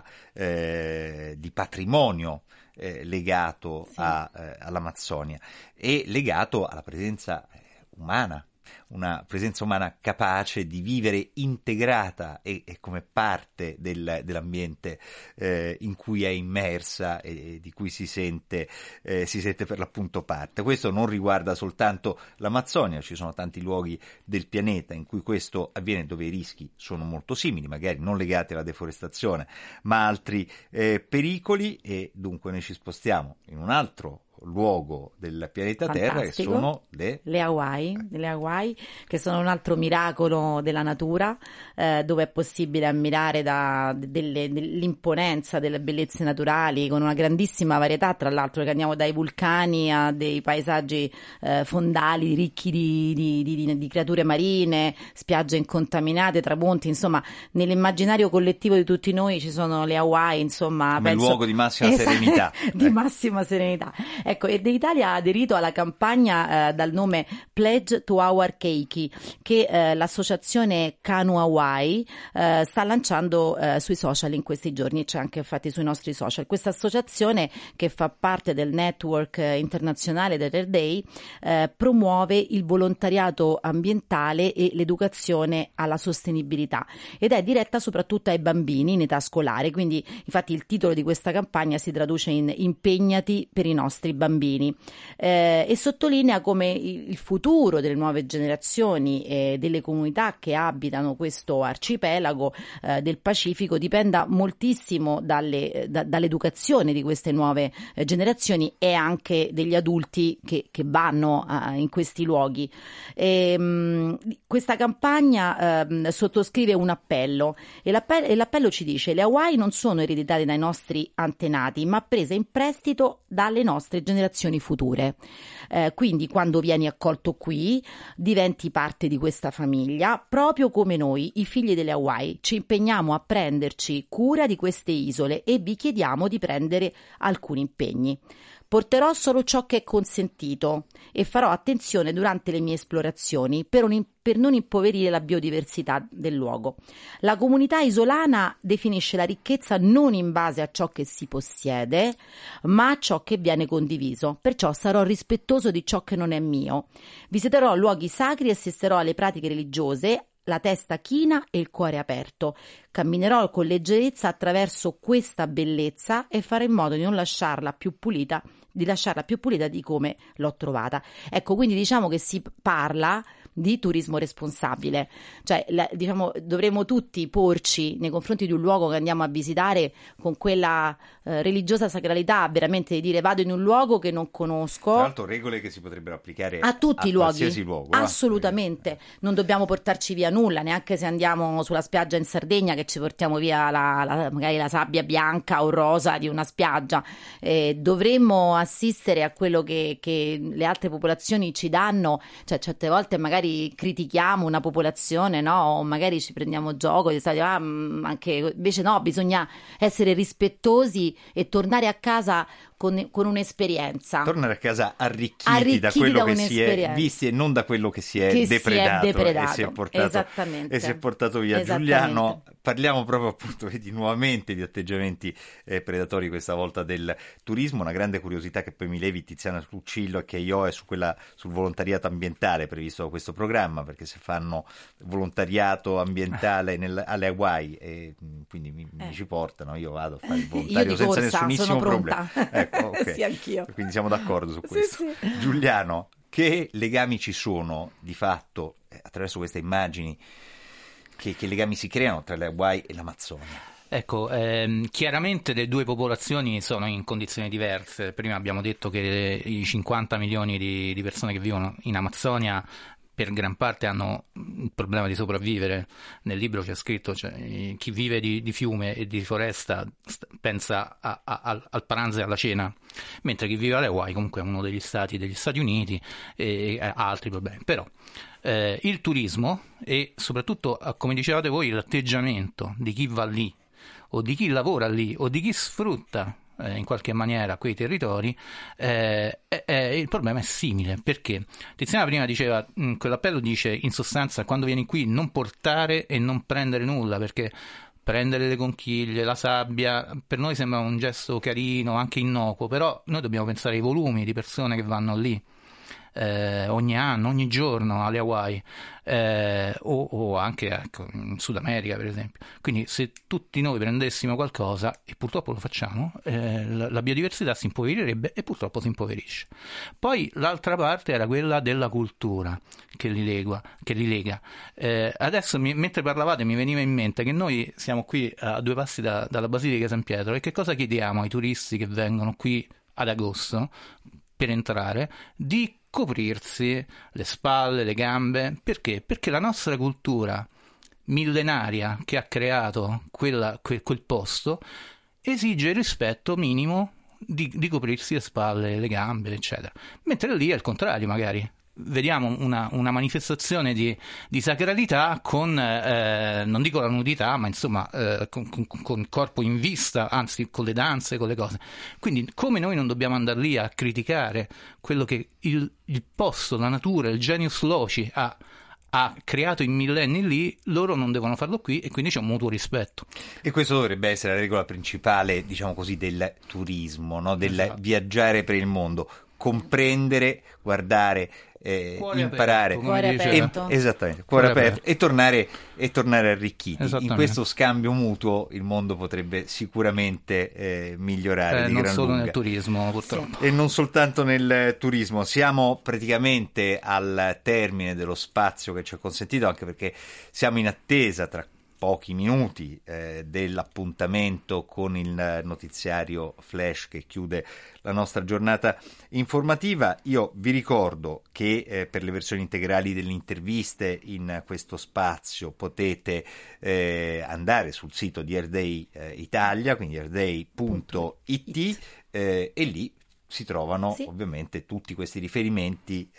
di patrimonio legato all'Amazzonia e legato alla presenza umana, una presenza umana capace di vivere integrata e come parte dell'ambiente in cui è immersa e di cui si sente per l'appunto parte. Questo non riguarda soltanto l'Amazzonia, ci sono tanti luoghi del pianeta in cui questo avviene, dove i rischi sono molto simili, magari non legati alla deforestazione, ma altri pericoli, e dunque noi ci spostiamo in un altro luogo del pianeta Terra, che sono le Hawaii, che sono un altro miracolo della natura, dove è possibile ammirare dell'imponenza delle bellezze naturali, con una grandissima varietà, tra l'altro, che andiamo dai vulcani a dei paesaggi fondali ricchi di creature marine, spiagge incontaminate, tramonti. Insomma, nell'immaginario collettivo di tutti noi ci sono le Hawaii, insomma, come luogo di massima serenità. Di massima serenità. Ecco, e l'Italia ha aderito alla campagna dal nome Pledge to Our Keiki, che l'associazione Kanu Hawaii sta lanciando sui social in questi giorni, c'è anche infatti sui nostri social. Questa associazione, che fa parte del network internazionale del Earth Day, promuove il volontariato ambientale e l'educazione alla sostenibilità, ed è diretta soprattutto ai bambini in età scolare. Quindi infatti il titolo di questa campagna si traduce in Impegnati per i nostri bambini, e sottolinea come il futuro delle nuove generazioni e delle comunità che abitano questo arcipelago del Pacifico dipenda moltissimo dall'educazione di queste nuove generazioni e anche degli adulti che vanno in questi luoghi. Questa campagna sottoscrive un appello, e l'appello ci dice: le Hawaii non sono ereditate dai nostri antenati, ma prese in prestito dalle nostre generazioni future. Quindi quando vieni accolto qui diventi parte di questa famiglia, proprio come noi, i figli delle Hawaii. Ci impegniamo a prenderci cura di queste isole e vi chiediamo di prendere alcuni impegni. Porterò solo ciò che è consentito e farò attenzione durante le mie esplorazioni per non impoverire la biodiversità del luogo. La comunità isolana definisce la ricchezza non in base a ciò che si possiede, ma a ciò che viene condiviso. Perciò sarò rispettoso di ciò che non è mio. Visiterò luoghi sacri e assisterò alle pratiche religiose, la testa china e il cuore aperto. Camminerò con leggerezza attraverso questa bellezza e farò in modo di lasciarla più pulita di come l'ho trovata. Ecco, quindi diciamo che si parla di turismo responsabile, cioè dovremmo tutti porci nei confronti di un luogo che andiamo a visitare con quella religiosa sacralità, veramente, di dire: vado in un luogo che non conosco. Tra l'altro regole che si potrebbero applicare a tutti i luoghi, qualsiasi luogo. Assolutamente, non dobbiamo portarci via nulla, neanche se andiamo sulla spiaggia in Sardegna, che ci portiamo via magari la sabbia bianca o rosa di una spiaggia. Dovremmo assistere a quello che le altre popolazioni ci danno, cioè certe volte magari critichiamo una popolazione, no? O magari ci prendiamo gioco di anche invece no, bisogna essere rispettosi e tornare a casa con un'esperienza. Tornare a casa arricchiti da quello che si è visti e non da quello che si è depredato e si è portato via. Giuliano, parliamo proprio appunto nuovamente di atteggiamenti predatori, questa volta del turismo. Una grande curiosità che poi mi levi, Tiziana Tuccillo, e che io ho, è sul volontariato ambientale previsto da questo programma, perché se fanno volontariato ambientale alle Hawaii e quindi mi ci portano, io vado a fare il volontario senza nessunissimo problema. Ecco, okay. Sì, anch'io. Quindi siamo d'accordo su questo. Sì. Giuliano, che legami ci sono di fatto attraverso queste immagini? Che legami si creano tra le Hawaii e l'Amazzonia? Ecco, chiaramente le due popolazioni sono in condizioni diverse. Prima abbiamo detto che i 50 milioni di persone che vivono in Amazzonia per gran parte hanno il problema di sopravvivere. Nel libro c'è scritto, cioè, chi vive di fiume e di foresta pensa al pranzo e alla cena, mentre chi vive alle Hawaii comunque è uno degli stati degli Stati Uniti e ha altri problemi. Però il turismo e soprattutto, come dicevate voi, l'atteggiamento di chi va lì o di chi lavora lì o di chi sfrutta in qualche maniera quei territori, il problema è simile, perché Tiziana prima diceva, quell'appello dice in sostanza: quando vieni qui non portare e non prendere nulla, perché prendere le conchiglie, la sabbia, per noi sembra un gesto carino, anche innocuo, però noi dobbiamo pensare ai volumi di persone che vanno lì ogni anno, ogni giorno alle Hawaii, o anche, ecco, in Sud America per esempio. Quindi se tutti noi prendessimo qualcosa, e purtroppo lo facciamo, la biodiversità si impoverirebbe e purtroppo si impoverisce. Poi l'altra parte era quella della cultura che li lega. Adesso mentre parlavate mi veniva in mente che noi siamo qui a 2 passi dalla Basilica di San Pietro, e che cosa chiediamo ai turisti che vengono qui ad agosto per entrare? Di coprirsi le spalle, le gambe. Perché? Perché la nostra cultura millenaria che ha creato quel posto esige il rispetto minimo di coprirsi le spalle, le gambe, eccetera. Mentre lì è il contrario, magari vediamo una manifestazione di sacralità con, non dico la nudità, ma insomma con il corpo in vista, anzi con le danze, con le cose. Quindi come noi non dobbiamo andare lì a criticare quello che il posto, la natura, il genius loci ha creato in millenni lì, loro non devono farlo qui, e quindi c'è un mutuo rispetto. E questo dovrebbe essere la regola principale, diciamo così, del turismo, no? Del viaggiare per il mondo, comprendere, guardare, imparare, cuore aperto. Esattamente, cuore aperto, e tornare arricchiti. In questo scambio mutuo il mondo potrebbe sicuramente migliorare di non gran solo lunga. Nel turismo, purtroppo. E non soltanto nel turismo. Siamo praticamente al termine dello spazio che ci è consentito, anche perché siamo in attesa tra pochi minuti dell'appuntamento con il notiziario Flash che chiude la nostra giornata informativa. Io vi ricordo che per le versioni integrali delle interviste in questo spazio potete andare sul sito di Air Day Italia, quindi airday.it, e lì si trovano ovviamente tutti questi riferimenti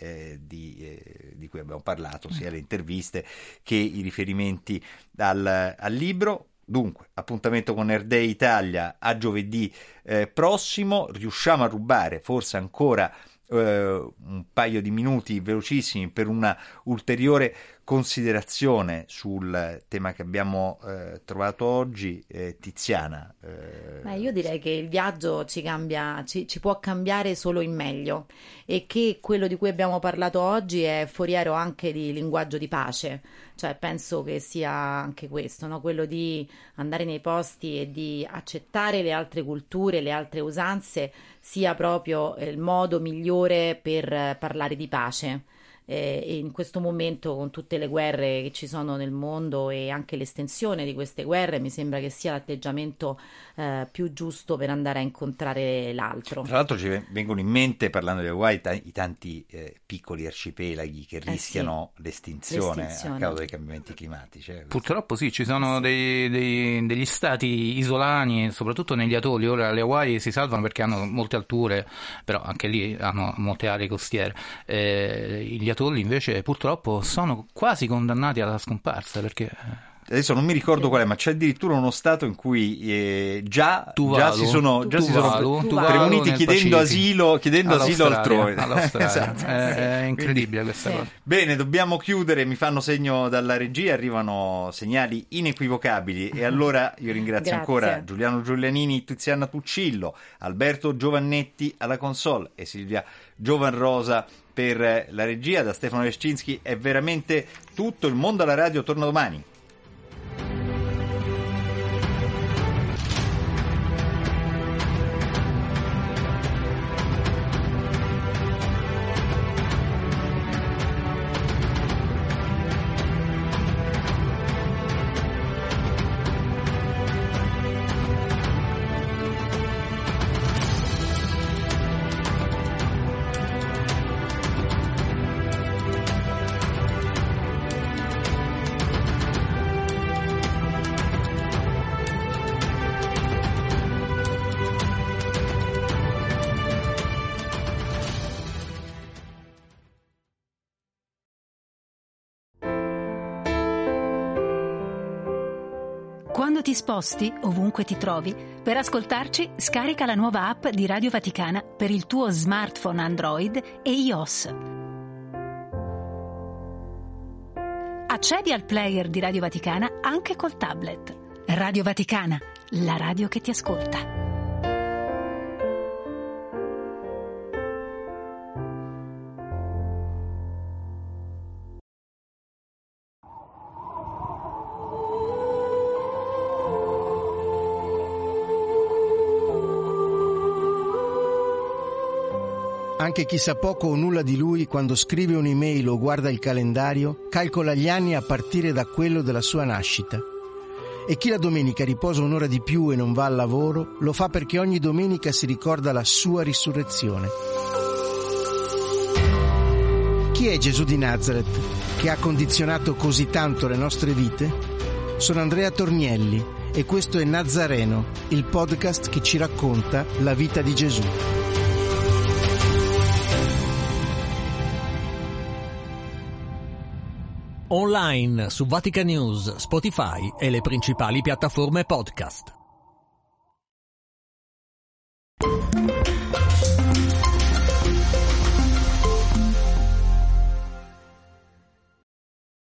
di cui abbiamo parlato, sia le interviste che i riferimenti al libro. Dunque, appuntamento con Air Day Italia a giovedì prossimo. Riusciamo a rubare forse ancora un paio di minuti velocissimi per una ulteriore considerazione sul tema che abbiamo trovato oggi. Tiziana? Io direi che il viaggio ci può cambiare solo in meglio, e che quello di cui abbiamo parlato oggi è foriero anche di linguaggio di pace. Cioè penso che sia anche questo, no? Quello di andare nei posti e di accettare le altre culture, le altre usanze, sia proprio il modo migliore per parlare di pace. E in questo momento, con tutte le guerre che ci sono nel mondo e anche l'estensione di queste guerre, mi sembra che sia l'atteggiamento più giusto per andare a incontrare l'altro. Tra l'altro ci vengono in mente, parlando di Hawaii, i tanti piccoli arcipelaghi che rischiano l'estinzione a causa dei cambiamenti climatici. Purtroppo sì, ci sono degli stati isolani, soprattutto negli atolli. Ora le Hawaii si salvano perché hanno molte alture, però anche lì hanno molte aree costiere. Gli atolli invece purtroppo sono quasi condannati alla scomparsa, perché adesso non mi ricordo qual è, ma c'è addirittura uno stato in cui già si sono premuniti chiedendo asilo altrove. Esatto. È incredibile questa cosa. Bene, dobbiamo chiudere, mi fanno segno dalla regia, arrivano segnali inequivocabili, e allora io ringrazio ancora Giuliano Giulianini, Tiziana Tuccillo, Alberto Giovannetti alla console e Silvia Giovanrosa per la regia. Da Stefano Lescinski è veramente tutto. Il Mondo alla Radio torna domani. Quando ti sposti, ovunque ti trovi, per ascoltarci scarica la nuova app di Radio Vaticana per il tuo smartphone Android e iOS. Accedi al player di Radio Vaticana anche col tablet. Radio Vaticana, la radio che ti ascolta. Anche chi sa poco o nulla di lui, quando scrive un'email o guarda il calendario, calcola gli anni a partire da quello della sua nascita. E chi la domenica riposa un'ora di più e non va al lavoro, lo fa perché ogni domenica si ricorda la sua risurrezione. Chi è Gesù di Nazareth, che ha condizionato così tanto le nostre vite? Sono Andrea Tornielli e questo è Nazareno, il podcast che ci racconta la vita di Gesù. Online su Vatican News, Spotify e le principali piattaforme podcast.